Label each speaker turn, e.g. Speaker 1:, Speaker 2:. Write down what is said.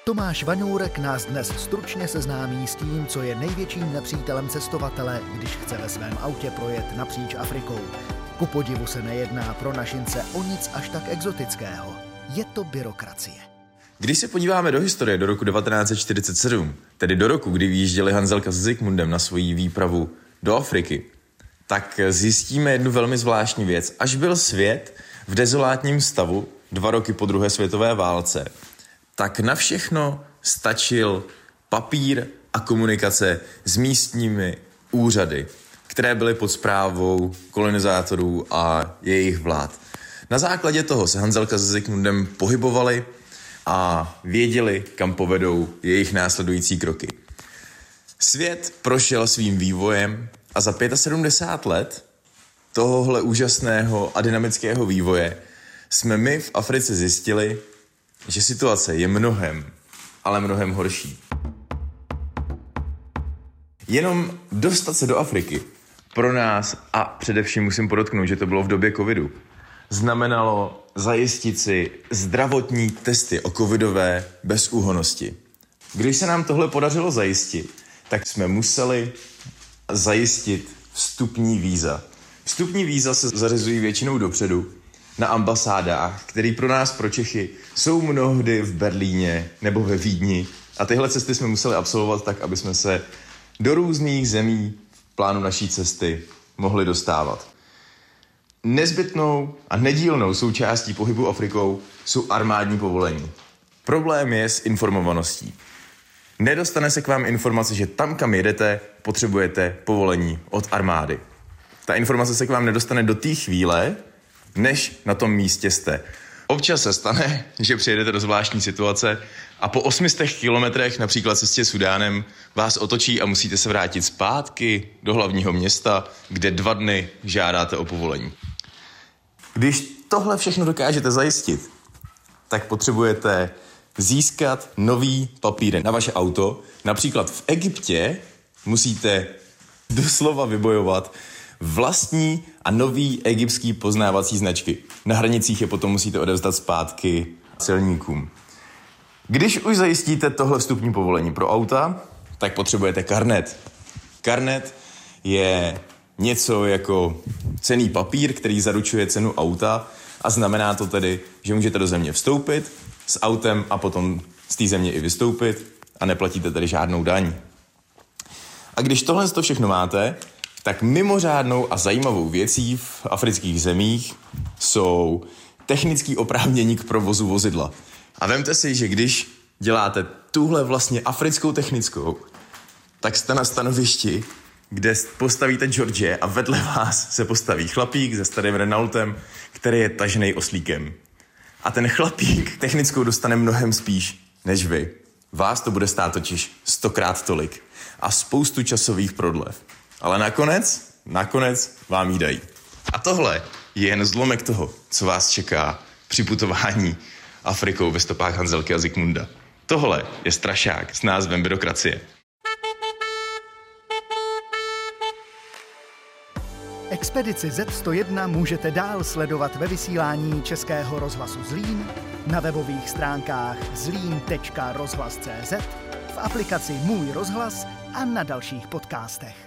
Speaker 1: Tomáš Vaňourek nás dnes stručně seznámí s tím, co je největším nepřítelem cestovatele, když chce ve svém autě projet napříč Afrikou. Ku podivu se nejedná pro našince o nic až tak exotického. Je to byrokracie.
Speaker 2: Když se podíváme do historie do roku 1947, tedy do roku, kdy vyjížděli Hanzelka s Zikmundem na svoji výpravu do Afriky, tak zjistíme jednu velmi zvláštní věc. Až byl svět v dezolátním stavu 2 roky po druhé světové válce, tak na všechno stačil papír a komunikace s místními úřady, které byly pod správou kolonizátorů a jejich vlád. Na základě toho se Hanzelka s Zikmundem pohybovali a věděli, kam povedou jejich následující kroky. Svět prošel svým vývojem a za 75 let tohohle úžasného a dynamického vývoje jsme my v Africe zjistili, že situace je mnohem, ale mnohem horší. Jenom dostat se do Afriky pro nás, a především musím podotknout, že to bylo v době covidu, znamenalo zajistit si zdravotní testy o covidové bezúhonnosti. Když se nám tohle podařilo zajistit, tak jsme museli zajistit vstupní víza. Vstupní víza se zařizují většinou dopředu na ambasádách, které pro nás, pro Čechy, jsou mnohdy v Berlíně nebo ve Vídni. A tyhle cesty jsme museli absolvovat tak, aby jsme se do různých zemí v plánu naší cesty mohli dostávat. Nezbytnou a nedílnou součástí pohybu Afrikou jsou armádní povolení. Problém je s informovaností. Nedostane se k vám informace, že tam, kam jedete, potřebujete povolení od armády. Ta informace se k vám nedostane do té chvíle, než na tom místě jste. Občas se stane, že přijedete do zvláštní situace a po 800 kilometrech, například cestě Sudánem, vás otočí a musíte se vrátit zpátky do hlavního města, kde 2 dny žádáte o povolení. Když tohle všechno dokážete zajistit, tak potřebujete získat nový papíry na vaše auto. Například v Egyptě musíte doslova vybojovat vlastní a nový egyptský poznávací značky. Na hranicích je potom musíte odevzdat zpátky celníkům. Když už zajistíte tohle vstupní povolení pro auta, tak potřebujete karnet. Karnet je něco jako cenný papír, který zaručuje cenu auta a znamená to tedy, že můžete do země vstoupit s autem a potom z té země i vystoupit a neplatíte tedy žádnou daň. A když tohle všechno máte, tak mimořádnou a zajímavou věcí v afrických zemích jsou technický oprávnění k provozu vozidla. A vemte si, že když děláte tuhle vlastně africkou technickou, tak jste na stanovišti, kde postavíte George a vedle vás se postaví chlapík se starým Renaultem, který je tažený oslíkem. A ten chlapík technickou dostane mnohem spíš než vy. Vás to bude stát totiž 100krát tolik a spoustu časových prodlev. Ale nakonec vám jí dají. A tohle je jen zlomek toho, co vás čeká při putování Afrikou ve stopách Hanzelky a Zikmunda. Tohle je strašák s názvem byrokracie.
Speaker 1: Expedici Z101 můžete dál sledovat ve vysílání Českého rozhlasu Zlín, na webových stránkách zlin.rozhlas.cz, v aplikaci Můj rozhlas a na dalších podcastech.